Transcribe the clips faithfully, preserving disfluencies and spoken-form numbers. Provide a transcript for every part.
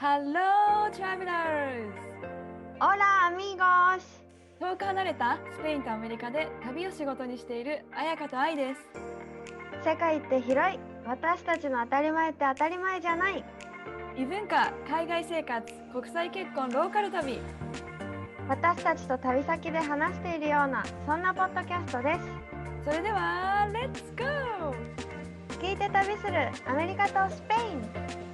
Hello, travelers! Hola, amigos! 遠く離れたスペインとアメリカで旅を仕事にしている彩香と愛です。 世界って広い。私たちの当たり前って当たり前じゃない。 異文化、海外生活、国際結婚、ローカル旅。 私たちと旅先で話しているような、そんなポッドキャストです。 それでは、レッツゴー！ 聞いて旅するアメリカとスペイン。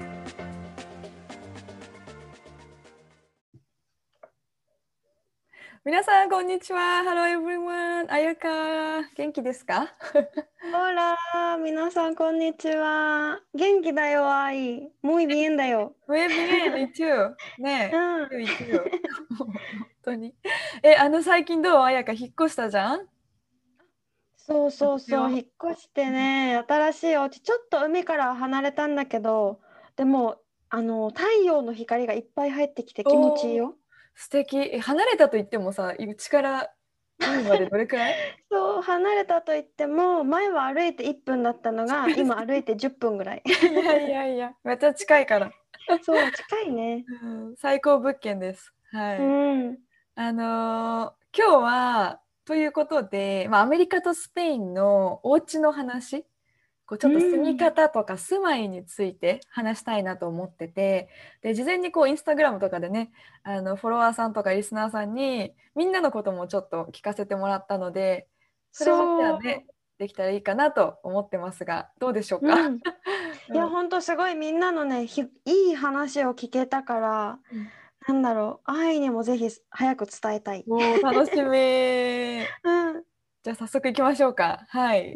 皆さん、こんにちは。Hello everyone! 彩香、元気ですか？ ホラー、皆さんこんにちは。元気だよ、愛。muy bienだよ。 Muy bien, me too. ねえ、 うん。 me too. 本当に。え、あの最近どう？彩香、引っ越したじゃん？ そうそうそう、 よ。 引っ越してね、新しいお家、ちょっと海から離れたんだけど、でも、あの、太陽の光がいっぱい入ってきて気持ちいいおー、 よ。 素敵。え、離れたと言ってもさ、うちから海までどれくらい？ そう、離れたといっても、前は歩いていっぷんだったのが、今歩いてじゅっぷんぐらい。 いやいやいや、めっちゃ近いから。 そう、近いね。 うん、最高物件です。はうい。 ん。 あのー今日は、ということで、まあ、アメリカとスペインのお家の話、こうちうょっと住みん。 方とか住まいについて話したいなと思ってて、で、事前にこうインスタグラムとかでね、あのフォロワーさんとかリスナーさんにみんなのこともちょっと聞かせてもらったので、それもじゃあそね、できたらいいかなと思ってますが、どうでしょうう。 か？ うん。いや、 うん。 ほんとすごいみんなのね、ひいい話を聞けたから、 うん。 なんだろう、愛にもぜひ早く伝えたい。 もう楽しみ。 うん。 じゃあ早速行きましょうか。はい。 うん。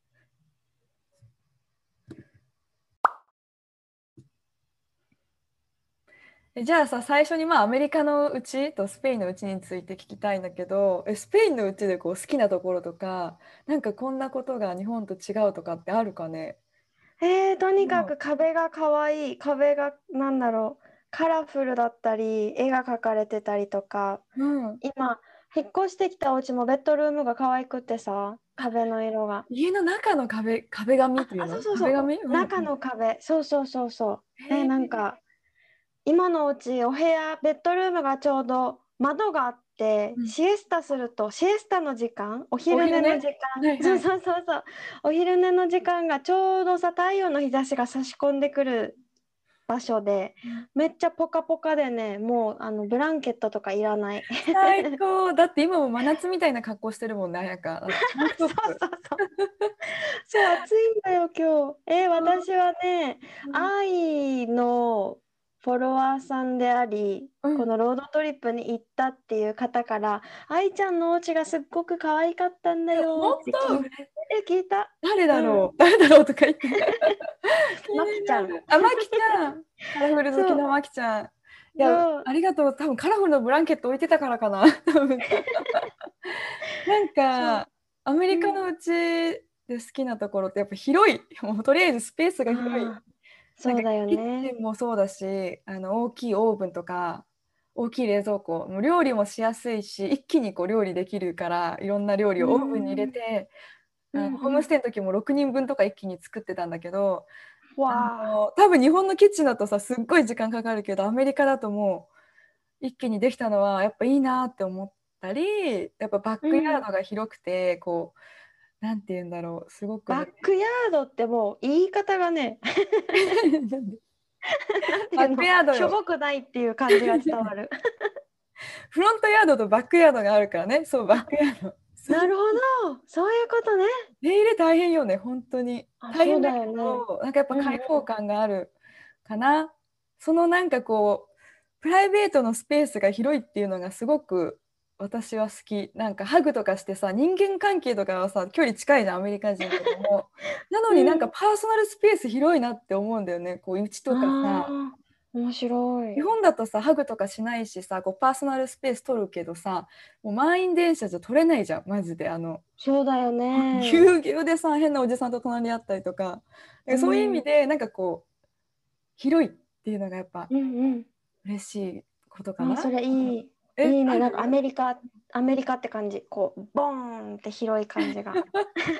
えじゃあさ、最初にまあアメリカのうちとスペインのうちについて聞きたいんだけど、え、スペインのうちでこう好きなところとか、なんかこんなことが日本と違うとかってあるかね？ えー、とにかうん。 く壁が可愛い。壁が、なんだろう、カラフルだったり、絵が描かれてたりとか、 うん。 今、引っ越してきたお家もベッドルームが可愛くってさ、壁の色が。 家の中の壁、壁紙あ、 っていうあ、そうの？ そうそう。 壁紙？うんうん。 中の壁。そうそうそうそう。ね、 へえ。 なんか、今のうち、お部屋、ベッドルームがちょうど窓があって、 うん。 シエスタすると、シエスタの時間、お昼お昼寝？ 寝の時間、 はいそうはい。 そうそうそう、お昼寝の時間がちょうどさ、太陽の日差しが差し込んでくる場所で、 うん。 めっちゃポカポカでね、もうあのブランケットとかいらない。 最高。だって今も真夏みたいな格好してるもんね、彩香。だってタンクトッそうプ。 そうそう。そう、暑いんだよ、今日。えー私はね、 うん。 愛のフォロワーさんであり、 うん。 このロードトリップに行ったっていう方から、愛ちゃんのお家がすっごく可愛かったんだえ、 よ本って聞いて、 当？ え、聞いた。 誰だうん。 ろう誰だろうとか言って。気まきちゃん。 になる。あ、まきちゃん。カラフル好きそう、 のまきちゃん。いや、 そう。 ありがとう。多分カラフルのブランケット置いてたからかな。多分さ。なんそう。 か、アメうん。 リカのうちで好きなところってやっぱ広い。もうとりあえずスペースが広い。 ああ、 なんかそうだよキッチね。 ンもそうだし、あの大きいオーブンとか、大きい冷蔵庫、もう料理もしやすいし、一気にこう料理できるから、いろんな料理うをオーブンに入れん。 て、 うあのホームスんうん。 テイの時もろくにんぶんとか一気に作ってたんだけど、あわあ。 の多分日本のキッチンだとさすっごい時間かかるけどアメリカだともう一気にできたのはやっぱいいなって思ったり、やっぱバックヤーうん。 ドが広くてこうなんて言うんだろう、すごくね。 バックヤードってもう言い方がね、なんてバックいうの、しょヤードよ。 ぼくないっていう感じが伝わる。 フロントヤードとバックヤードがあるからね。そうバッあ、 クヤード。そう。 なるほど。そういうことね。 手入れ大変よね本当に。 あ、そう大変だけだよね。 どなんかやっぱうん開放うん。 感があるかな。そのなんかこうプライベートのスペースが広いっていうのがすごく私は好き。なんかハグとかしてさ、人間関係とかはさ距離近いじゃんアメリカ人とかも。なのになんかうん。 パーソナルスペース広いなって思うんだよね。こううちとかさ、 ああ、面白い。 日本だとさハグとかしないしさ、こうパーソナルスペース取るけどさ、もう満員電車じゃ取れないじゃんマジで。あのそうだよね。 ぎゅうぎゅうでさ変なおじさんと隣り合ったりとか、 うそういう意味ん。 でなんかこう広いっていうのがやっぱうんうん。 嬉しいことかあ、 な。 それいい。 え、 いいね。なんかアある？ メリカ、アメリカって感じ。こう、ボーンって広い感じが。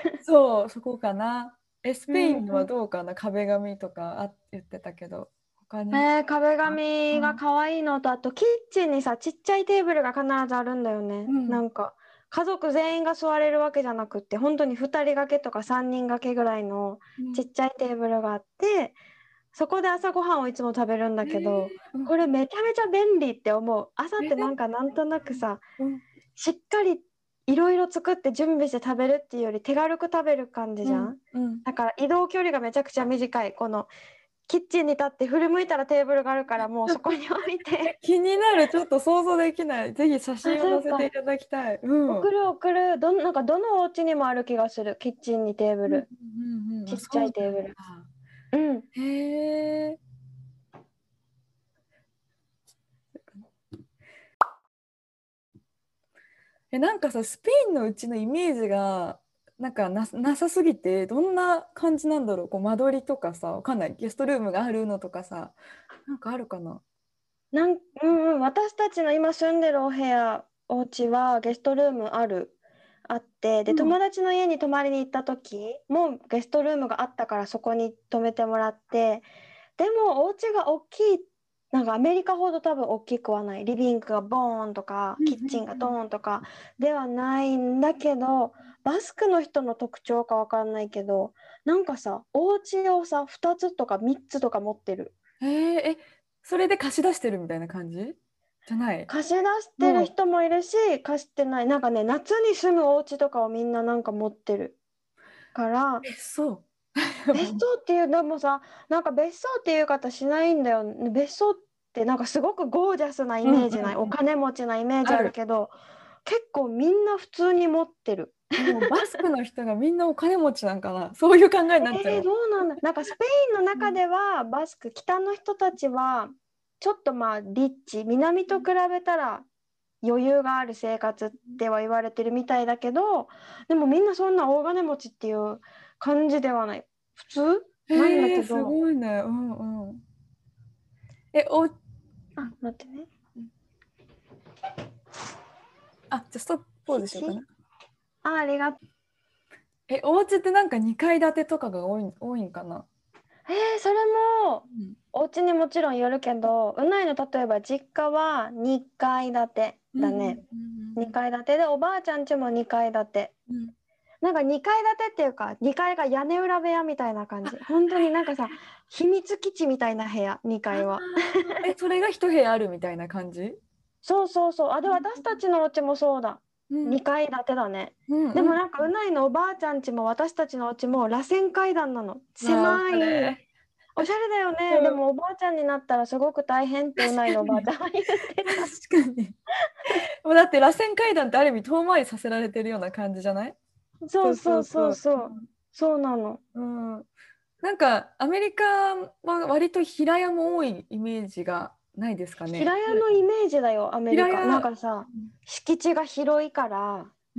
そう、そこかな。え、スうペインはん。 どうかな？壁紙とかあ言ってたけど、 他に。 えー、壁あ紙が可愛いのと、あとキッチンにさ、ちっちゃいテーブルが必ずあるんだよね。 うんなんか家族全員が座れるわけじゃなくって、本当にふたり掛けとかさんにん掛けぐらいのうんちっちゃいテーブルがあって、そこで朝ごはんをいつも食べるんだけど、 えーうんこれめちゃめちゃ便利って思う。朝ってなえんかなんとなくさ、 うんしっかりいろいろ作って準備して食べるっていうより手軽く食べる感じうんじゃん。 うんだから移動距離がめちゃくちゃ短い。このキッチンに立って振り向いたらテーブルがあるからもうそこに置いて。 気になる。ちょっと想像できない。ぜひ写あ、 真をそうか。 載せていただきたい。うん。 送る送る。どん、なんかどのお家にもある気がする。キッチンにテーブうんル。 うんうん。あ、 ちっちゃそうなんいテーブル。 だ。 うん。 へえ。え、なんかさ、スペインのうちのイメージがなんかな、なさすぎて、どんな感じなんだろう。こう間取りとかさ、わかんない。ゲストルームがあるのとかさ、なんかあるかな。 なん、うんうん。私たちの今住んでるお部屋、お家はゲストルームある。あって、で、 うん。 友達の家に泊まりに行った時もゲストルームがあったからそこに泊めてもらって、でもお家が大きい、なんかアメリカほど多分大きくはない。リビングがボーンとか、 うんキッチンがドーンとかではないんだけど、バスクの人の特徴かわかんないけど、なんかさ、お家をさ、ふたつとかみっつとか持ってる。 へえ、え、それで貸し出してるみたいな感じじゃない。 貸し出してるうん。 人もいるし、貸してない。なんかね、夏に住むお家とかをみんななんか持ってるから、 え、そう。 別荘っていう、でもさ、なんか別荘っていう方しないんだよね。別荘ってなんかすごくゴージャスなイうんうんメージない。お金持ちなイメージあるある。 けど、結構みんな普通に持ってる。 もうバスクの人がみんなお金持ちなんかな。そういう考えになっちゃえー、 う。 どうなんだ。なんかスペインの中ではバスク、北の人たちはちょっとまあリッチ、南と比べたら余裕がある生活っては言われてるみたいだけど、でもみんなそんな大金持ちっていう感じではない。普通なんだへえ、すけど、 ごいね。うんうん。え、お、 あ、待ってね。 あ、じゃあストップポーズしようかな。 あ、ありがとう。 え、お家ってなんかにかい建てとかが多い、多いんかな。 えー、それもうん。 お家にもちろんよるけど、うないの例えば実家はにかい建てうんうんだね。 うんにかい建てで、おばあちゃん家もにかい建て。 うんうん。 なんかにかい建てっていうか、にかいが屋根裏部屋みたいな感じ。本当になんかさ、秘密基地みたいな部屋、にかいは。 あーえ、それが一部屋あるみたいな感じ。 そうそうそう。あ、で、私たちのお家もそうだ。 うんにかい建てだね。 うんうん。 でもなんか、うないのおばあちゃん家も私たちのお家も螺旋階段なの。 うわあ、おしゃ狭い。 れ。 おしゃれだよね。でうん。 もおばあちゃんになったらすごく大変ってうないのおばあち確かに。 ゃんは言ってた。 確かに。もうだって螺旋階段ってある意味遠回りさせられてるような感じじゃない。そうそそうそううそう。 そうそう。そうなの。 うん。うん。なんかアメリカは割と平屋も多いイメージがないですかね。 平屋のイメージだよ、アメリカ。なん平屋、 かさ、敷地が広いから。 うん。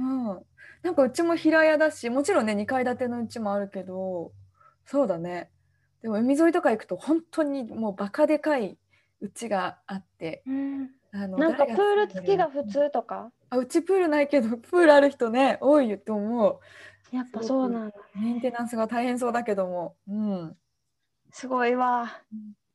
なんかうちも平屋だし、もちろんね、にかい建てのうちもあるけど、そうだね。でも海沿いとか行くと本当にもうバカでかいうちがあって、 うん。 あの、 なんか誰がプール住んでるの。 付きが普通とか。 あ、うちプールないけど、プールある人ね、多いと思う。 やっぱすごくそうなんだメンテね。 ナンスが大変そうだけども。うん。 すごいわ。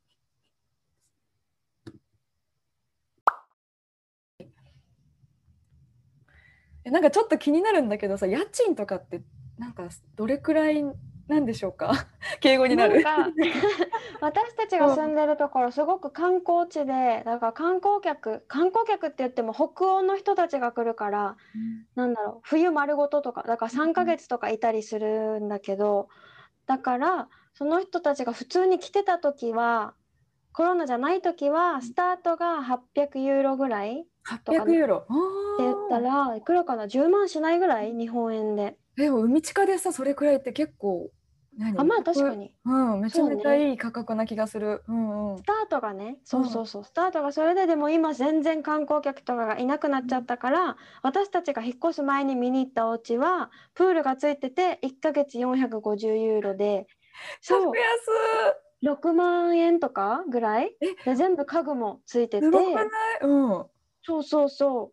え、なんかちょっと気になるんだけどさ、家賃とかってなんかどれくらいなんでしょうか。敬語になる。 なんか私たちが住んでるところすごく観光地で、だから観光客観光客って言っても北欧の人たちが来るから、 うん。 なんだろう、冬丸ごととかだからさんかげつとかいたりするんだけど、だからその人たちが普通に来てた時は、コロナじゃない時はスタートがはっぴゃくユーロぐらいとか 800 ってユーロ。あ言ったあ。 らいくらかな、じゅうまんしないぐらい日本円で。 でも海地下でさ、それくらいって結構、 あ、 何まあ確か得、 に。 うん、めちゃそうね。 めちゃいい価格な気がする。うんうん。 スタートがね、 うん。 そうそうそう、スタートがそれで、でも今全然観光客とかがいなくなっちゃったから、私たちが引っ越す前に見に行ったお家は、プールがついてて、いっかげつよんひゃくごじゅうユーロで、 格そ安。 う、ろくまん円とかぐらいえ、 で、全部家具もついてすごくない？ て、 うん。 そうそうそう、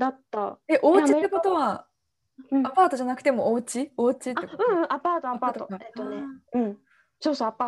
だった。 え、おえ、ア家ってメリカは、 ことは、 うん、 アパートじゃなくてもお家お家っあ、 てこと？ うん、うん、アパート、アパート、 アパートか。あえっとね、うん、そうそう、アパート。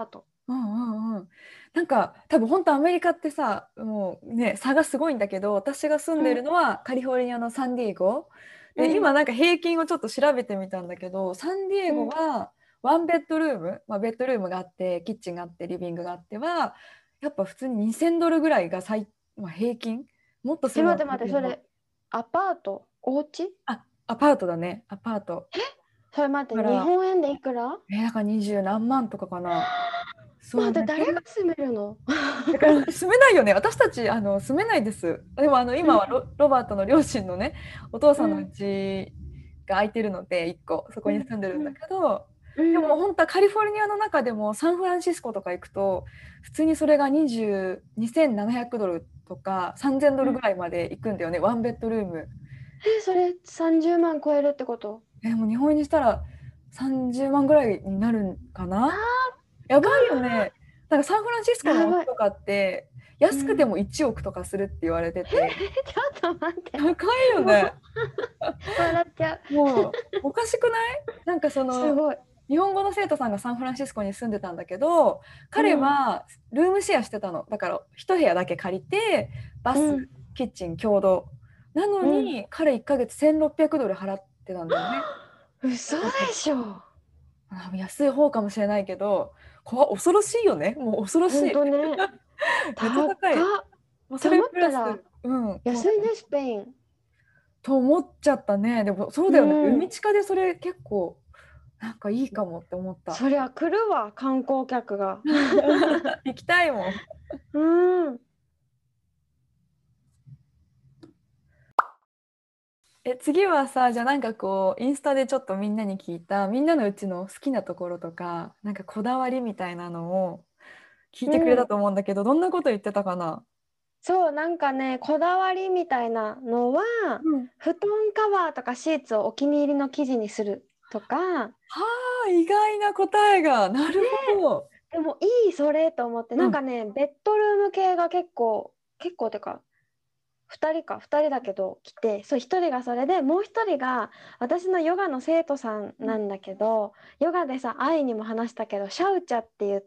うんうんうん。なんか多分本当アメリカってさ、もうね、差がすごいんだけど、私が住んでるのはカリフォルニアのサンディエゴで、 うん今なんか平均をちょっと調べてみたんだけど、サンディエゴうん。 はワンベッドルーム、まあ、ベッドルームがあってキッチンがあってリビングがあってはやっぱ普通ににせんドルぐらいが最、まあ、平均、もっとすえ、 るのは待って待って、 するけど、 それ、アパートお家あ、アパートだね、アパートそれ待って、日だから、 本円でいくら？ えー、なんか二十何万とかかな。そう、 待って、 めっちゃ誰が住めるの？ だから住めないよね。私たちあの住めないです。でもあのうん今はロ、ロバートの両親のね、お父さんのうん家が空いてるのでいっこそこにうん住んでるんだけど、でうん。 も本当はカリフォルニアの中でもサンフランシスコとか行くと普通にそれがにじゅうにせんななひゃくドルとかさんぜんドルぐらいまで行くんだよね。ワンベッドルーム。 え、それさんじゅうまん超えるってこと？ え、もう日本円にしたらさんじゅうまんぐらいになるんかあな。やーかばいよね。なんかサンフランシスコのーやばい。 お家とかってうん。 安くてもいちおくとかするって言われてて、 ちょっと待って。 高いよもうね。 笑っちゃう。 もうおかしくない？なんかそのすごい。 日本語の生徒さんがサンフランシスコに住んでたんだけど、彼うん。 はルームシェアしてたの。だから一部屋だけ借りてバス、 うん。 キッチン共同なのうん。 に彼いっかげつせんろっぴゃくドル払ってたんだよね。 嘘私たち、 でしょ。 あ、安い方かもしれないけど、怖恐ろしいよね。もう恐ろしい。 ほんとね。 めっちゃ高っ。 高い。まあ、 って思それプラス、 ったらうん、こう安いね、スペイン。 と思っちゃったね。でもそううだよね。 ん。 海地下でそれ結構なんかいいかもって思った。 そりゃ来るわ、観光客が。 行きたいもん。 うん。 え、次はさ、じゃあなんかこう、インスタでちょっとみんなに聞いた、みんなのうちの好きなところとか、なんかこだわりみたいなのを聞いうてくれたん。 と思うんだけど、どんなこと言ってたかな？ そう、なんかね、こだわりみたいなのは、 うん。 布団カバーとかシーツをお気に入りの生地にするとか、 はあ、意外な答えが。なるほど。 でもいいそれと思って、 うん。 なんかね、ベッドルーム系が結構、結構てか、ふたりか、ふたりだけど来て、そう、ひとりがそれで、もうひとりが私のヨガの生徒さんなんだけど、ヨガでさ、愛にも話したけど、シャウチャって言って、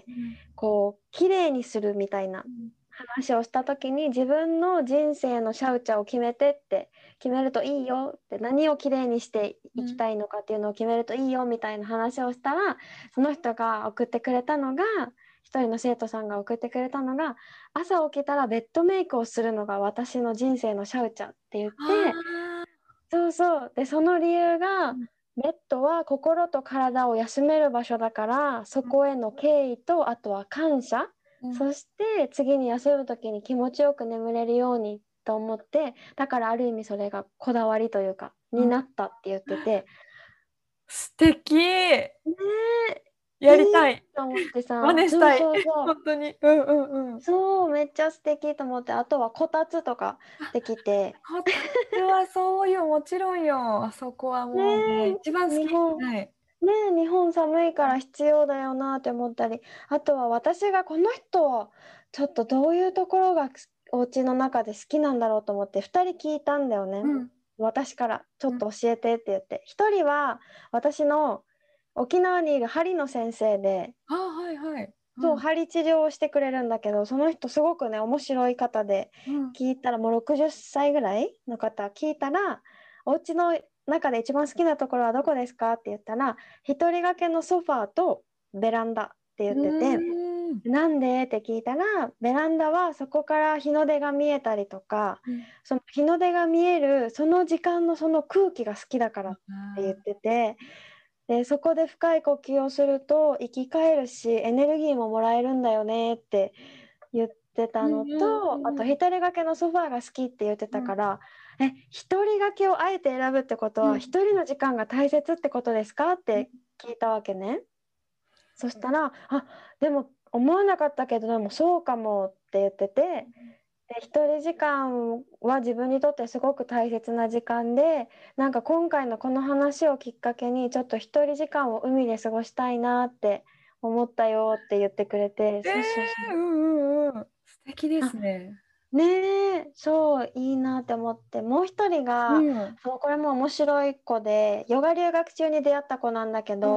うんこう、綺麗にするみたいな話をした時に、自分の人生のシャウチャを決めてって決めるといいよって、何をきれいにしていきたいのかっていうのを決めるといいよみたいな話をしたら、その人が送ってくれたのが、一人の生徒さんが送ってくれたのが、朝起きたらベッドメイクをするのが私の人生のシャウチャって言って、 あそうそう、でその理由あー。 が、ベッドは心と体を休める場所だから、そこへの敬意と、あとは感謝、 うん。 そして次に休む時に気持ちよく眠れるようにと思って、だからある意味それがこだわりというかにうん、 なったって言ってて、 素敵。 ねえ、いいやりたい。 と思ってさ、そう真似したい。 そうそう、 本当に。うんうんうん。 そう、めっちゃ素敵と思って、あとはこたつとかできて、 こたつはそうよ、もちろんよ。あそこはねもうね、一番え、 好き。 日本、 はい。 ねえ、日本寒いから必要だよなって思ったり、あとは私がこの人はちょっとどういうところがお家の中で好きなんだろうと思ってふたり聞いたんだよね。 うん。 私からちょうん。 っと教えてって言って。ひとりは私の沖縄にいる針の先生で、 あ、はいはい。うそう、 ん。 針治療をしてくれるんだけど、その人すごくね、面白い方で、 うん。 聞いたらもうろくじゅっさいぐらいの方聞いたら、お家の中で一番好きなところはどこですかって言ったら、一人掛けのソファーとベランダって言うってて、 ーん。 なんでって聞いたら、ベランダはそこから日の出が見えたりとか、 うん。 その日の出が見えるその時間のその空気が好きだからっあて言っー、 てて、でそこで深い呼吸をすると生き返るしエネルギーももらえるんだよねって言ってたのうんうんと、あと一うん人掛けのソファーが好きって言ってうんたから、え、一人掛けをあえて選ぶってことうんは一人の時間が大切ってことですかって聞いたわけね。そしたら、あ、でも思わなかったけどでもそうかもって言ってて、で一人時間は自分にとってすごく大切な時間で、なんか今回のこの話をきっかけにちょっと一人時間を海で過ごしたいなって思ったよって言ってくれて、 えそうそうそう。 ー、うんうんうん。素敵であ、 すね。 ねえ、そういいなって思って、もう一人が、 うん。 そうこれも面白い子でヨガ留学中に出会った子なんだけうん。 ど、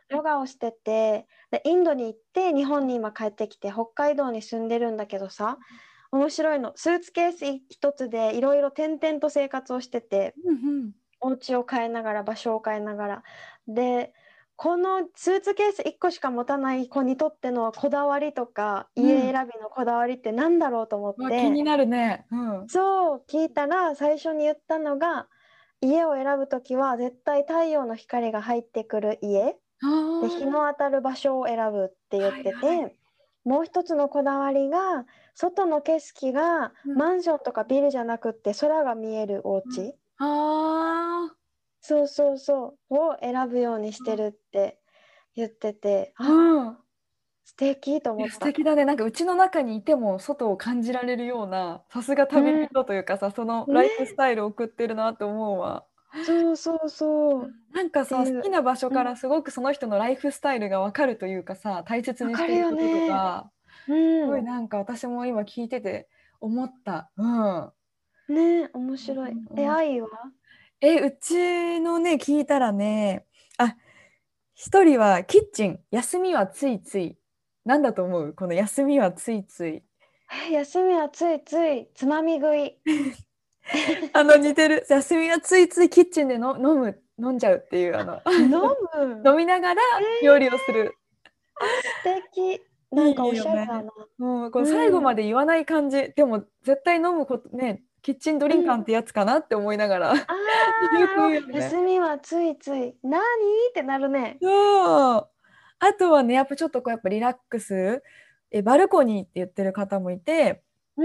ヨガをしてて、でインドに行って日本に今帰ってきて北海道に住んでるんだけどさ、面白いの。スーツケース一つでいろいろ転々と生活をしてて、 うんうんお家を変えながら場所を変えながらで、このスーツケースいっこしか持たない子にとってのこだわりとか家選びのこだわりってなんだろうと思っうん、わ、気て、 になるね。うん。 そう聞いたら最初に言ったのが、家を選ぶときは絶対太陽の光が入ってくる家あで日あ、 の当たる場所を選ぶって言ってて、 はいはい。 もう一つのこだわりが外の景色がうん。 マンションとかビルじゃなくって空が見えるおうん、 家、 あそうそうそうを選ぶようにしてるって言ってて、 あ、 あ、 うん。 素敵といや、 思った。 素敵だね。なんかうちの中にいても外を感じられるような、さすが旅うん人というかさ、そのライフスね、 タイルを送ってるなと思うわ。 そうそうそうっなんかさ、好ていう、 きな場所うん、 からすごくその人のライフスタイルがわかるというかさ、大切にしわかるよてることとね。 か、すうんごいなんか私も今聞いてて思った。うん。 ね、面うん白い。え、 うんうん、 愛は？ え、うちのね、聞いたらね、あ、一人はキッチン、休みはついつい。なんだと思うこの休みはついつい。 え、休みはついついつまみ食い。 あの、似てる。休みはついついキッチンでの飲む、飲んじゃうっていう、あの、 飲む。 飲みながらえ料理をする。 ー、あ、素敵。なんかおいいよね。 しゃれだな。 もう、この最後うん。 まで言わない感じ。でも、絶対飲むことね、キッチンドリンカーうん。 ってやつかなって思いながら。 あよくあ、なるほど。 言うよね。 休みはついつい。何ってなるね。 そう。あとはね、やっぱちょっとこう、やっぱリラックス、え、バルコニーって言ってる方もいて、 うん。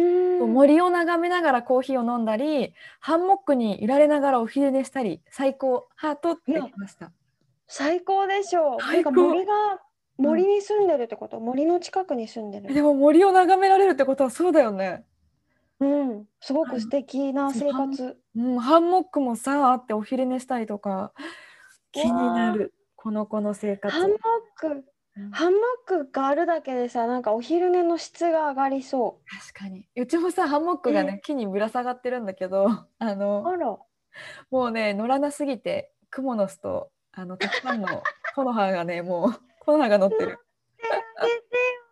森を眺めながらコーヒーを飲んだり、ハンモックにいられながらお昼寝したり、最高、ハートっていや、 言ってました。 最高でしょう。てか最高。 森が、 うん。 森に住んでるってこと？森の近くに住んでる？ でも森を眺められるってことはそうだよね。 うん。すごく素敵なそう、ハン、 生活。 うん、ハンモックもさ、あってお昼寝したりとか、気になわあ、 る。この子の生ハンモッ活。 ク。 うん、 ハンモックがあるだけでさ、なんかお昼寝の質が上がりそ確かに。うちもさ、ハンモッう。 クがね、 ね。 木にぶら下がってるんだけど、あの、 あら。 もうね、乗らなすぎて、クモの巣と、あの、たくさんの木の葉がね、もう、木の葉が乗ってる。 てあげ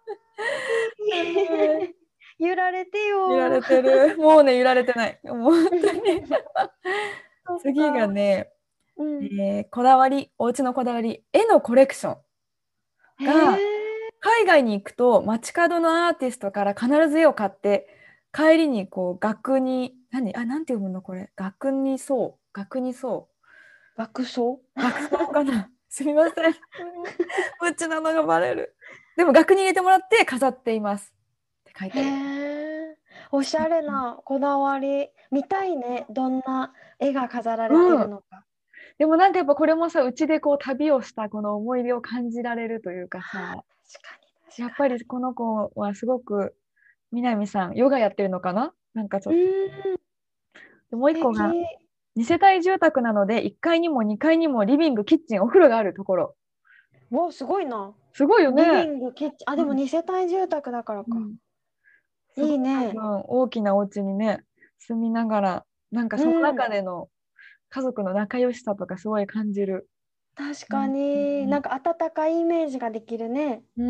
てよ。 はい、 揺られてよ。 揺られてる。もうね、揺られてない。もう本当に。 そっ次がか。 ね、 うん。 えーこだわり、お家のこだわり、絵のコレクションへが、 え。 海外に行くと街角のアーティストから必ず絵を買って、帰りにこう額に、何、あ、なんて読むのこれ。額にそう。額にそう。 爆走。 額装かな。すみません。うちなのがバレる。でも額に入れてもらって飾っています。って書いへてある。 え。おしゃれなこだわり。見たいね。どんな絵が飾られてうん。 るのか。 でもなんかやっぱこれもさ、うちでこう旅をしたこの思い出を感じられるというかさ、 確かにやっ確かぱりこの子はすごく、南さん、ヨガやってるのかな、なんかちょに。 っと。 うーん。 でもう素敵。 一個が、に世帯住宅なので、いっかいにもにかいにもリビング、キッチン、お風呂があるところ。 わ、すごいな。 すごいよね。 リビング、キッチン。あ、でもうん。 に世帯住宅だからか。 うん、すごい多いいね。 分大きなお家にね、住みながら、なんかうそのん。 中での家族の仲良しさとかすごい感じる。 確かうん。 に。なんか温かいイメージができるね。 うん。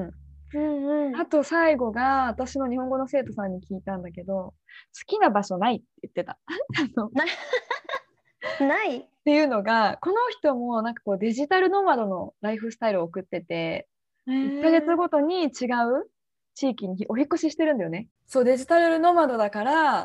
うんうん。 あと最後が、私の日本語の生徒さんに聞いたんだけど、好きな場所ないって言ってた。あのっな、ない。 ていうのが、この人もなんかこうデジタルノマドのライフスタイルを送ってて、 へいっかげつえ。 ごとに違う地域にお引っ越ししてるんだよね。そう、デジタルノマドだから、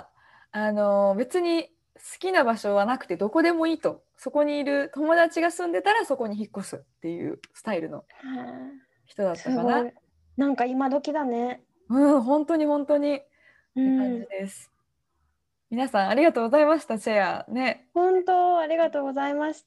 あの、別に好きな場所はなくてどこでもいいと。そこにいる友達が住んでたらそこに引っ越すっていうスタイルのへえ、 人だったかな。 すごい。なんか今時だね。 うん、本当に本当にっうて感じん。 です。皆さんありがとうございました、シェア。ね。 本当、ありがとうございました。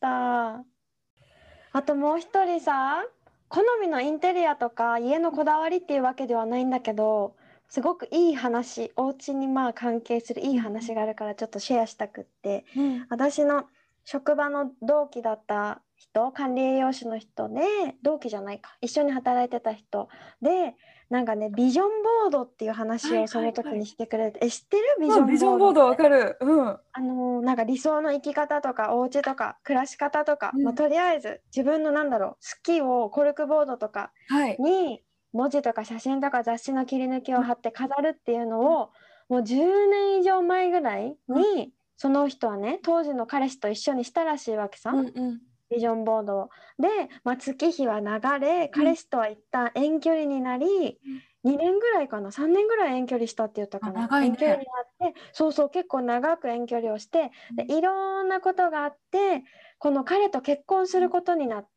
あともう一人さ、好みのインテリアとか家のこだわりっていうわけではないんだけど、すごくいい話、お家にまあ関係するいい話があるからちょっとシェアしたくって、 うん。 私の職場の同期だった人、管理栄養士の人で、同期じゃないか、一緒に働いてた人で、なんかね、ビジョンボードっていう話をその時にしてくれて、え、知ってるビジョうん、ビンボードって？ ジョンボードわかる。うん。 あのーなんか理想の生き方とかお家とか暮らし方とか、まあ、 うん、 とりあえず自分のなんだろう好きをコルクボードとかはい。 に文字とか写真とか雑誌の切り抜きうんを貼って飾るっていうのをもうじゅうねん以上前ぐらいうんにその人はね当時の彼氏と一緒にしたらしいわけさ。 うんうんビジョンボードを。で、まあ、月日は流れ、 うん。 彼氏とは一旦遠距離になり、にねんぐらいかな、さんねんぐらい遠距離したって言ったあ、 かな。 長いね。 遠距離になって、そうそう、結構長く遠距離をして、で、いろんなことがあって、この彼と結婚することになって、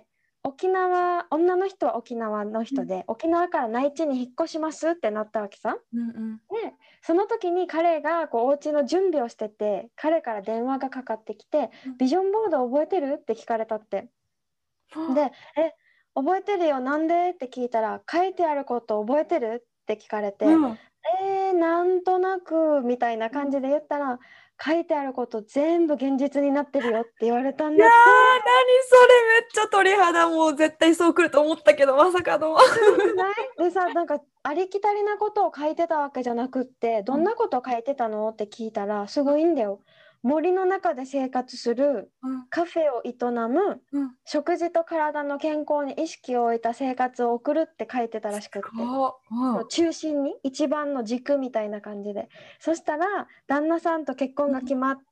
沖縄、女の人は沖縄のうん人で、沖縄から内地に引っ越しますってなったわけさ。 うんうんで、その時に彼がこうお家の準備をしてて、彼から電話がかかってきて、ビジョンボード覚えてるって聞かれたって。で、え、覚えてるよ、なんでって聞いたら、書いてあること覚えてるって聞かれて、 うん。 えー、なんとなくみたいな感じで言ったら、書いてあること全部現実になってるよって言われたんいやー、 だって。 何それ、めっちゃ鳥肌。もう絶対そう来ると思ったけど、まさかの。 すごくない？でさ、なんかありきたりなことを書いてたわけじゃなくって、どんなことを書いてたのって聞いたら、すごいんだよ。森の中で生活する、 うんカフェを営む、 うん食事と体の健康に意識を置いた生活を送るって書いてたらしくって。 こう、うん、 中心に一番の軸みたいな感じで、そしたら旦那さんと結婚が決まって、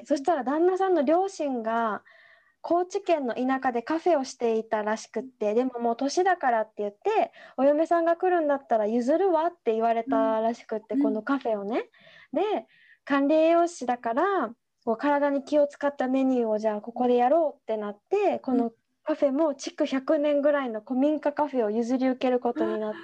そしたら旦那さんの両親が高知県の田舎でカフェをしていたらしくって、でももう年だからって言ってお嫁さんが来るんだったら譲るわって言われうんたらしくって、 うんこのカフェをね。で、管理栄養士だからこう体に気を使ったメニューをじゃあここでやろうってなって、このカフェも築ひゃくねんぐらいの古民家カフェを譲り受けることになって、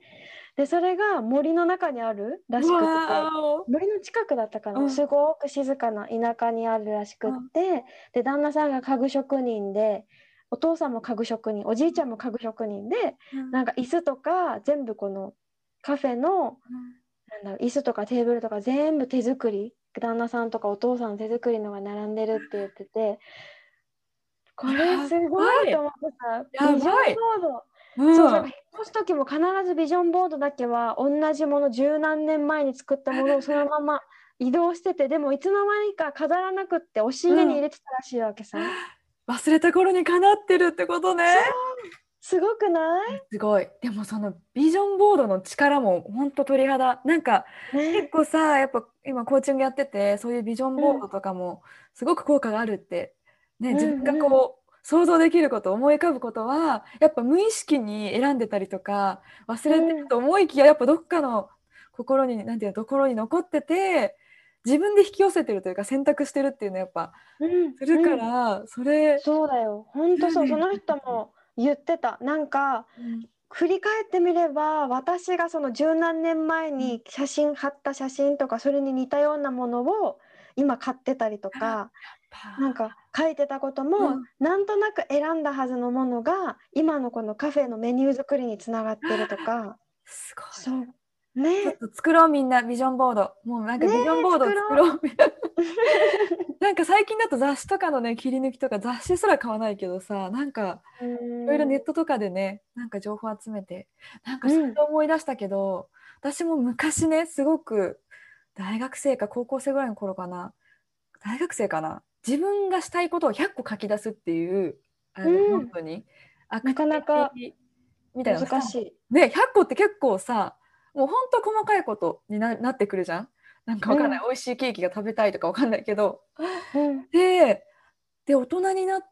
でそれが森の中にあるらうしくって、 わーお、 森の近くだったかな、 うんすごく静かな田舎にあるらしくっうんて、で旦那さんが家具職人で、お父さんも家具職人、おじいちゃんも家具職人で、 うんなんか椅子とか全部このカフェのなんだろう、椅子とかテーブルとか全部手作り、旦那さんとかお父さんの手作りのが並んでるって言ってて、これやすごばい、 いと思ってさ、 やばビジョンい。 ボード。そう、なんかうん。 引っ越す時も必ずビジョンボードだけは同じもの、十何年前に作ったものをそのまま移動してて、でもいつの間にか飾らなくって押し入れにうん。 入れてたらしいわけさ。 忘れた頃にかなってるってことね。 そう、すごくない？ すごい。でもそのビジョンボードの力も本当鳥肌。なんか結ね。 構さ、やっぱ今コーチングやってて、そういうビジョンうんボードとかもすごく効果があるって、ね、 う自分がんうん。 こう想像できること、思い浮かぶことは、やっぱ無意識に選んでたりとか、忘うれてるんと思いきや、やっぱどっかの心に、なんていうの、ところに残ってて、自分で引き寄せてるというか、選択してるっていうのやっぱうんするかうん。 ら、それ、 そうだよ。ほんと 10 そう。そ年の人も言ってた。なんか、 うん振り返ってみれば、私がその十何年前うん、 に写真貼った写真とか、それに似たようなものを今買ってたりとあ、やっか、なんぱ、 か書いてたことも、 うん、 なんとなく選んだはずのものが、今のこのカフェのメニュー作りにつながってるとか、 すごい。 そう。ね。 ちょっと作ろうみんなビジョンボード。もうなんねかビジョンえ、 ボードを作ろう。 作ろうみたいな。なんか最近だと雑誌とかのね、切り抜きとか雑誌すら買わないけどさ、なんかういろいろネーん。 ットとかでね、なんか情報集めて、なんかうん。 それで思い出したけど、私も昔ね、すごく大学生か高校生ぐらいの頃かな、大学生かな、自分がしたいことをひゃっこ書き出すっていう、あうのノーん。 トに、アクなテかなかィビティみたいなのしたの。 難しい。 ね、ひゃっこって結構さ、もうほんと細かいことにな、なってくるじゃん。なんかわかんない。 うん。 美味しいケーキが食べたいとかわかんないけど。 うん。 で、で、大人になって、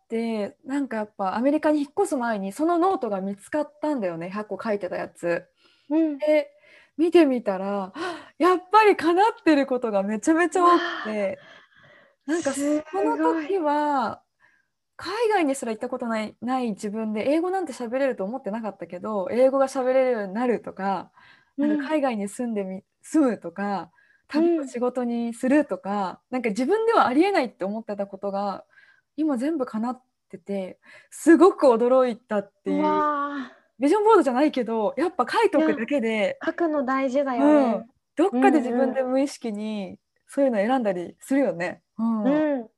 なんかやっぱアメリカに引っ越す前にそのノートが見つかったんだよね。ひゃっこ書いてたやつ。 うん。 で、見てみたら、やっぱり叶ってることがめちゃめちゃわ多くあ、 て、なんかそすのごい。 時は、海外にすら行ったことない、ない自分で英語なんて喋れると思ってなかったけど、英語が喋れるようになるとか、なんかうん。 海外に住んでみ、住むとか、 うん。 旅を仕事にするとか、なんか自分ではありえないって思ってたことが、今全部叶ってて、すごく驚いたってわいう。 あ。 ビジョンボードじゃないけど、やっぱ書いとくいや、 だけで、 書くの大事だようん、 ね。 どっうかで自分んうで無意識にそういうの選んだりするよね。うん。 ん。うん。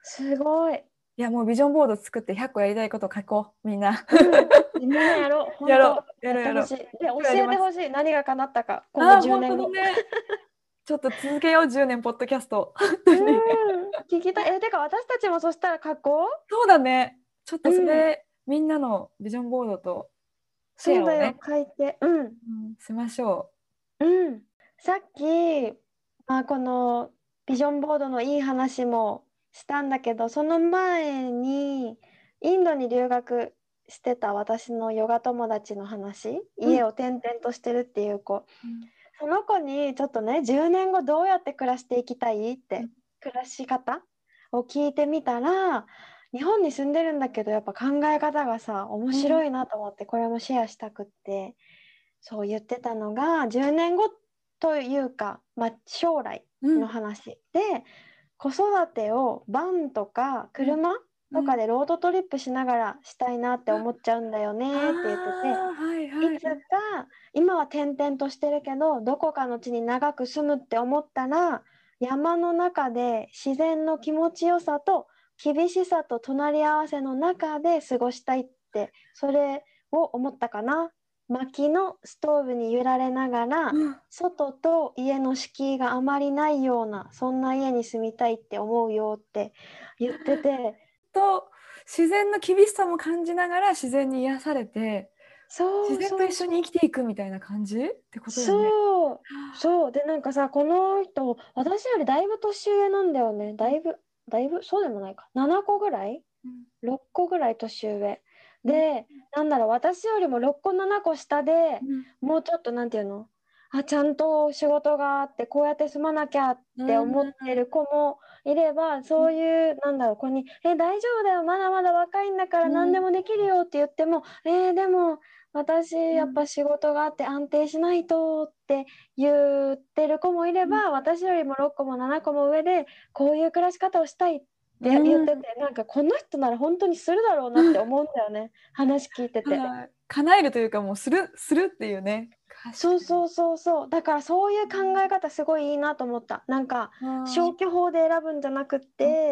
すごい。 いやもうビジョンボード作ってひゃっこやりたいこと書こうみんな。 うん、みんなやろう。本やろう当やろうやろう。 やってほしい。で、教やります。 えてほしい。何が叶ったか。今後ああ 10 本当年後。 だね。ちょっと続けようじゅうねんポッドキャスト。本う当に。 ん、聞きたい。え、てか私たちもそしたら書こそうだね。ちょっう。 とそうん、 れみんなのビジョンボードとシそうだよ、 ェアをね、 書いて。うん、 うん、しましょうん。さっき、まあ、このビジョンボードのいい話もしたんだけど、その前にインドに留学してた私のヨガ友達の話、 う。うん。 家を転々としてるっていう子、 うん。 その子にちょっとね、じゅうねんごどうやって暮らしていきたいって、暮らし方を聞いてみたら、日本に住んでるんだけど、やっぱ考え方がさ、面うん。 白いなと思って、これもシェアしたくって、そう言ってたのが、じゅうねんごというか、まあ、将来のうん。 話で、子育てをバンとかうん。 車うん。 とかでロードトリップしながらしたいなって思っちゃうんだよあねって言ってて、 あ、はいはい。 いつか今は転々としてるけどどこかの地に長く住むって思ったら山の中で自然の気持ちよさと厳しさと隣り合わせの中で過ごしたいってそれを思ったかな。薪のストーブに揺られながらうん。 外と家の敷居があまりないようなそんな家に住みたいって思うよって言ってて、 と自然の厳しさも感じながら自然に癒されてそう自然とそうそう、 一緒に生きていくみたいな感じってことよね。 そう、そう。で、なんかさ、この人、私よりだいぶ年上なんだよね。だいぶ、だいぶ、そうでもないか。ななこぐらいうん。 ?ろっ 個ぐらい年上。 うん。 で、なんだろう、私よりもろっこ、ななこ下で、 うん。 もうちょっと、なんていうの、あ、ちゃんと仕事があって、こうやって住まなきゃって思ってる子もいれば、そういう、なんだろう、子に、え、大丈夫だよ、まだまだ若いんだから何でもできるよって言っても、えーでも、私やっぱ仕事があって安定しないとって言ってる子もいれば、私よりもろっこもななこも上でこういう暮らし方をしたいって言ってて、なんかこの人なら本当にするだろうなって思うんだよね、話聞いてて。 はい、叶えるというかもうするするっていうね。確かに。 そうそうそうそう。だからそういう考え方すごいいいなと思った。なんか消去法で選ぶんじゃなくって、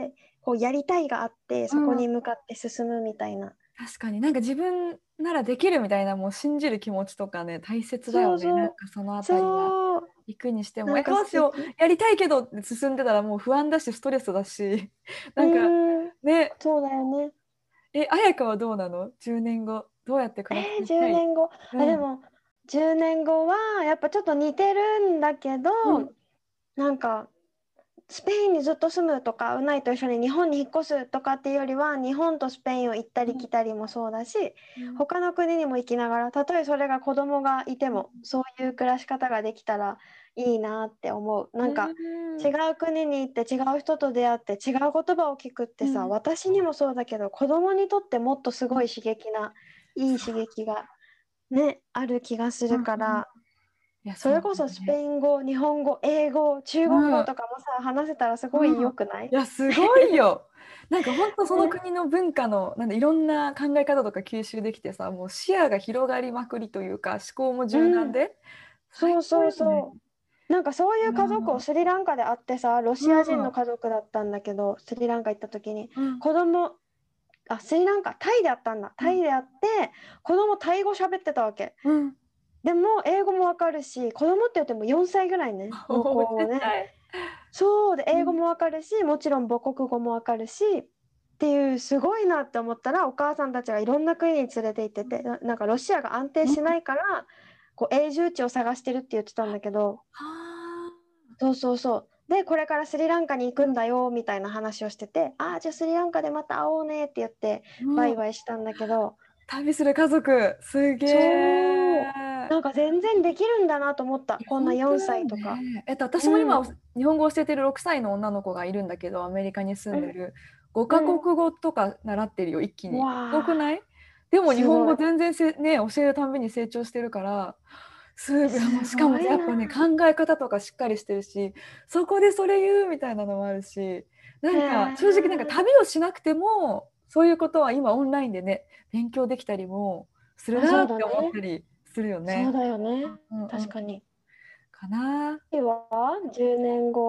こうやりたいがあってそこうん、 に向かって進むみたいな。 確かになんか自分ならできるみたいなもう信じる気持ちとかね大切だよね。なんそうそう。 かそのあたりはそう。 行くにしてもえなんかどうしよう素敵。 やりたいけどって進んでたらもう不安だしストレスだしうなんかーん。 ね。 そうだよね。 え彩香はどうなの？ じゅう 年後どうやって暮らしてえー、10 いきたい？ 年後。あ、でうん。 も、じゅうねんごは、やっぱちょっと似てるんだけど、 うん。 なんか、スペインにずっと住むとか、うないと一緒に日本に引っ越すとかっていうよりは、日本とスペインを行ったり来たりもそうだし、 うん。 他の国にも行きながら、たとえそれが子供がいても、そういう暮らし方ができたらいいなって思う。なうんか、違ん。 う国に行って違う人と出会って違う言葉を聞くってさ、 うん。 私にもそうだけど、子供にとってもっとすうん。 ごい刺激な、いいそう。 刺激がね、ある気がすうん。うん。 るから、 いやそうそれこそスペだよね。 イン語、日本語、英語、中国うん。 語とかもさ、話せたらすごうん。 い良くない？ いや、すごいよ。なんか本当そのね、 国の文化の、なんでいろんな考え方とか吸収できてさ、もう視野が広がりまくりというか、思考も柔軟うん、 で、最そうそう高よね。 そう。なんかそういう家族をうん。 スリランカで会ってさ、ロうシア人のん。 家族だったんだけど、スリランカ行った時に、 うん。 子供、あ、スリランカ、タイであったんだ。タイであって、子供タイ語喋ってたわけ。 うん。 でも、英語もわかるし、子供って言ってもよんさいぐらいね、のおお、 子をね、 絶対。 そうで、 うん。 英語もわかるし、もちろん母国語もわかるし、っていうすごいなって思ったらお母さんたちがいろんな国に連れて行ってて、な、なんかロシアが安定うん。 しないからこう永住地を探してるって言ってたんだけど、 はあ。 そうそうそう。で、これからスリランカに行くんだよみたいな話をしてて、ああ、じゃあスリランカでまた会おうねって言ってバうん。 イバイしたんだけど、 旅する家族、すげそう、 え。 なんか全然できるんだなと思った。 いやこんな4 本当だよ歳とか。 ね。えっと、私も今うん、 日本語を教えてるろくさいの女の子がいるんだけど、アメリカに住うん、 んでる。ごカ国うん。 語とか習ってるよ、一気に。すごくわあ、 ない？でも日本語すごい。 全然せ、ね、教えるたんびに成長してるから、すぐ、もうすしかもごいな。 やっぱね、考え方とかしっかりしてるし、そこでそれ言うみたいなのもあるし、なへんか正直なんかえ。 旅をしなくても、そういうことは今オンラインでね、勉強できたりもするあ、そうだね。 なって思ったりするよね。 そうだよね。 うんうん。 確かに。 かな。 次はじゅうねんご。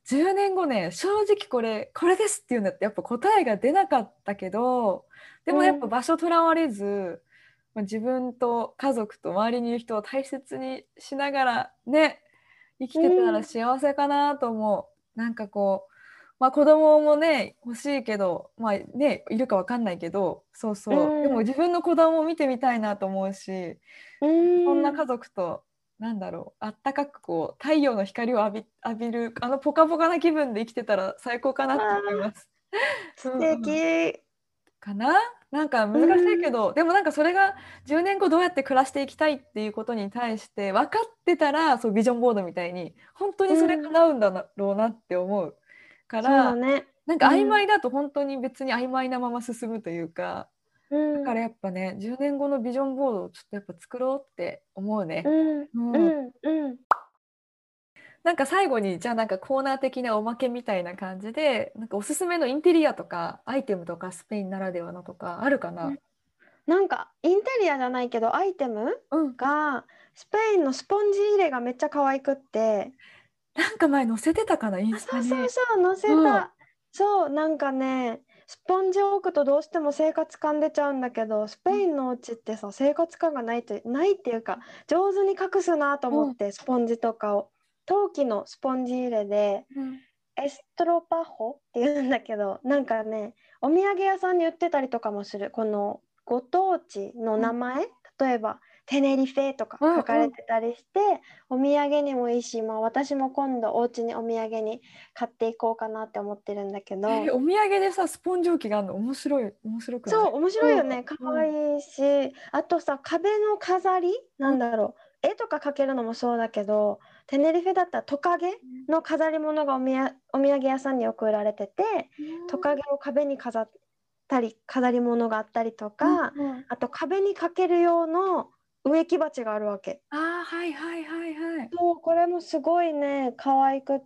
じゅうねんごね、正直これこれですっていうんだってやっぱ答えが出なかったけど、でもやっぱ場所とらわれず、まあ、自分と家族と周りにいる人を大切にしながらね、生きてたら幸せかなと思う。なんかこう、まあ子供もね欲しいけど、まあねいるかわかんないけど、そううそう。でもん自分の子供を見てみたいなと思うし、 うそんな家ん族となんだろう、あったかくこう太陽の光を浴び、浴びるあのポカポカな気分で生きてたら最高かなって思いあます。 ー素うんうん。 敵。 かな。なんかう難しいけんど、でもなんかそれがじゅうねんごどうやって暮らしていきたいっていうことに対して分かってたら、そうビジョンボードみたいに本当にそれうん叶うんだろうなって思うかそうら、 だね。 なんか曖うん昧だと本当に別に曖昧なまま進むというか、 うんだからやっぱね、じゅうねんごのビジョンボードをちょっとやっぱ作ろうって思うね。 うんううん。 んうんなんか最後にじゃあなんかコーナー的なおまけみたいな感じで、なんかおすすめのインテリアとかアイテムとかスペインならではのとかあるかな。 なんかインテリアじゃないけどアイテムうん。 がスペインのスポンジ入れがめっちゃ可愛くって、 なんか前載せてたかな、インあ、そうそスタに。 うそう載せうん。 た。そうなんかね、スポンジを置くとどうしても生活感出ちゃうんだけど、スペインのお家ってさ生活感がないとないっていうか上手に隠すなと思うん。 ってスポンジとかを。陶器のスポンジ入れでうん。 エストロパホって言うんだけど、なんかね、お土産屋さんに売ってたりとかもする。このご当地の名前、例えばテネリフェとかうん。 書かれうん。 てたりして、お土産にもいいし、まあ、私も今度お家にお土産に買っていこうかなって思ってるんだけど、 えーお土産でさ、スポンジ置きがあるの面白い、面白くない？ そう、面白いよね。可うん。うん。 愛いし、あとさ、壁の飾りなんだろう。絵とか描けるのもそうだけど、テネリフェだったらトカゲの飾り物がおみやお土産屋さんによく売られてて、トカゲを壁に飾ったり、飾り物があったりとうん。 か、 うん。 あと壁にかける用の植木鉢があるわけ。 ああ、はいはいはいはい。 そう、これもすごいね、可愛くって、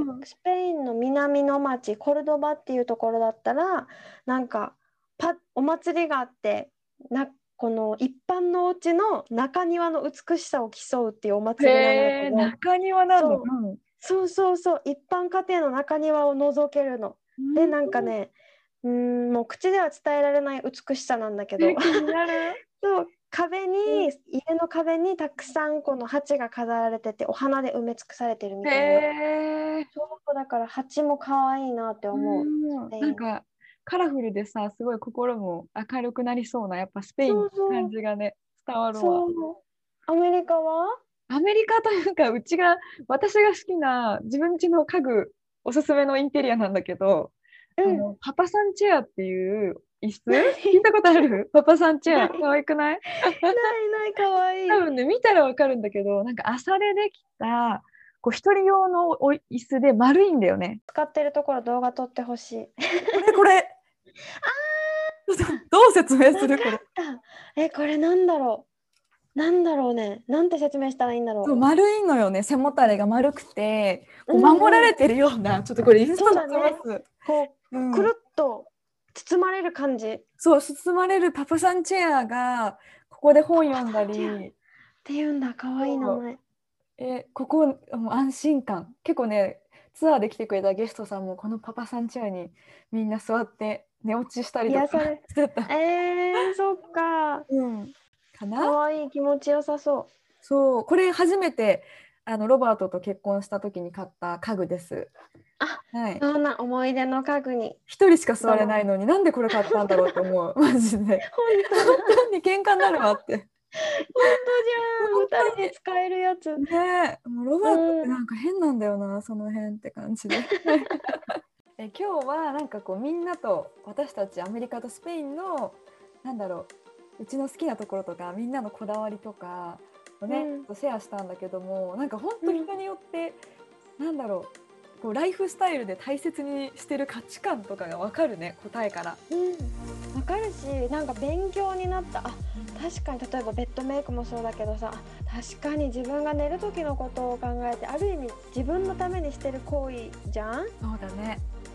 うん。 スペインの南の町、コルドバっていうところだったら、なんか、パお祭りがあって、な、この一般のお家の中庭の美しさを競うっていうお祭りなんだけへえ、 ど、 中庭なんだ。 そう、 うん。 そうそうそう、一般家庭の中庭を覗けるの。で、 うん。 なんかね、うーん、もう口では伝えられない美しさなんだけど、 え、気になる。 そう壁にうん。 家の壁にたくさんこの鉢が飾られててお花で埋め尽くされてるみへたいな。 え。 そうだから鉢も可愛いなってう思う。スん。 ペイン。 なんかカラフルでさ、すごい心も明るくなりそうな、やっぱスペインのそうそう感じがね、伝わるわ。 そう。アメリカは？ アメリカというか、うちが、私が好きな自分家の家具、おすすめのインテリアなんだけど、 うん。 あの、パパさんチェアっていう椅子何？ 聞いたことある？パパさんチェア。 ない可愛くない？ ないない可愛い。 多分ね、見たらわかるんだけど、なんか朝でできた、こう一人用のお椅子で丸いんだよね。 使ってるところ動画撮ってほしい。 これこれ。どう説明するこれ？ あ、え、これなんだろう。なんだろうね。なんて説明したらいいんだろそう、丸いのよね。背もたれが丸くて、 う。 こううんうん。 守られてるような、ちょっとこれインスタそうだね。 載せます。 こう、 うん。 くるっと包まれる感じ。 そう、包まれるパパさんチェアが、ここで本読んだチェアっり、 ていうんだ。可愛い名そう、 前。 え、ここ、もう安心感。結構ね、ツアーで来てくれたゲストさんも、このパパさんチェアにみんな座って寝落ちしたりとか癒され。 してた。 えー、そっか。 うん。かな。 可愛い気持ちよさそそう、これ初めて、あの、ロバートと結婚した時に買った家具です。 う。あ、 はい。 そんな思い出の家具に。 一人しか座どの。 れないのになんでこれ買ったんだろうって思う。マジで。 本当だ。 本当に喧嘩になるわって。 本本当じゃん。二人当に。 で使えるやつ。 ねえ、もうロバートってうん。 なんか変なんだよな、その辺って感じで。え、今日はなんかこうみんなと私たちアメリカとスペインのなんだろう、うちの好きなところとかみんなのこだわりとかをね、 うん。 シェアしたんだけども、なんか本当うん。 人によってなんだろう、こうライフスタイルで大切にしてる価値観とかがわかるね、答えから。 うん。わかるし、なんか勉強になった。あ、確かに例えばベッドメイクもそうだけどさ、あ、確かに自分が寝る時のことを考えて、ある意味自分のためにしてる行為じゃん。 そうだね。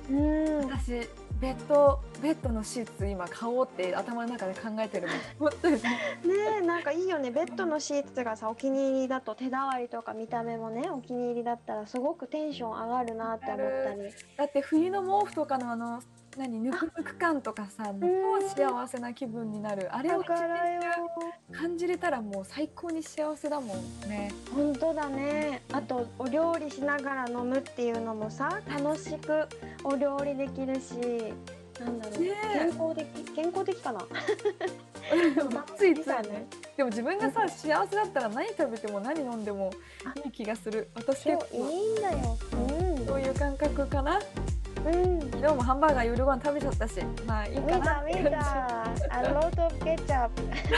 うん私ベッドベッドのシーツ今買おうって頭の中で考えてるの。本当にね。 ねえ、なんかいいよね。ベッドのシーツがさ、お気に入りだと手触りとか見た目もね、お気に入りだったらすごくテンション上がるなって思ったり。 だって冬の毛布とかのあの何ぬくぬく感とかさ、もう超幸せな気分になる。あれをだ一からよ。 日中感じれたらもう最高に幸せだもんね。 本当だね。あとお料理しながら飲むっていうのもさ、楽しくお料理できるし、なんだろう、 ねえ健康的健康的かな。 ついついね。でも自分がさ幸せだったら何食べても何飲んでもいい気がする。私そう結構いいんだよ。 そういう感覚かな。 うん。うん。 昨日もハンバーガー夜ご飯食べちゃったし、まあいい見かなた見た。A lot of ketchup。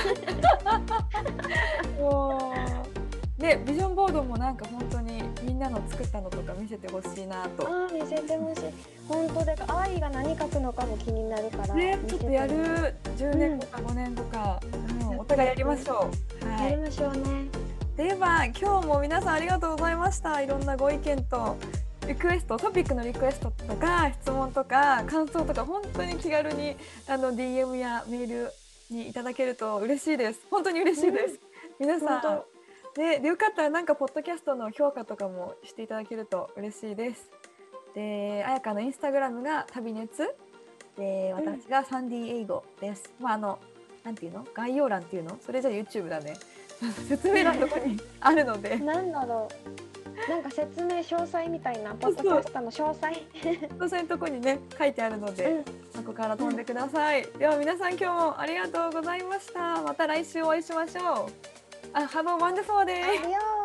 もうね、ビジョンボードもなんか本当にみんなの作ったのとか見せてほしいなと。 ああ、見せてほしい。本当でか、愛が何書くのかも気になるから。 ね、 見せてちょっとやるじゅうねんごかごねんごか、うん、お互いやりましょう。はい。 やりましょうね。 では今日も皆さんありがとうございました。いろんなご意見とリクエスト、トピックのリクエストとか質問とか感想とか本当に気軽にあの ディーエム やメールにいただけると嬉しいです。本当に嬉しいです。うん、皆さんで、でよかったらなんかポッドキャストの評価とかもしていただけると嬉しいです。で、あやかのインスタグラムが旅熱で、私がサンディ英語です。まああのなんていうの、概要欄っていうの、それじゃ YouTube だね。説明欄のとこにあるので。 なんだろう。なんか説明詳細みたいな、ポッドキャストの詳細。 そういうとこにね書いてあるので、うん、そこから飛んでください。うん、では皆さん今日もありがとうございました。また来週お会いしましょう。あ、Have a wonderful day!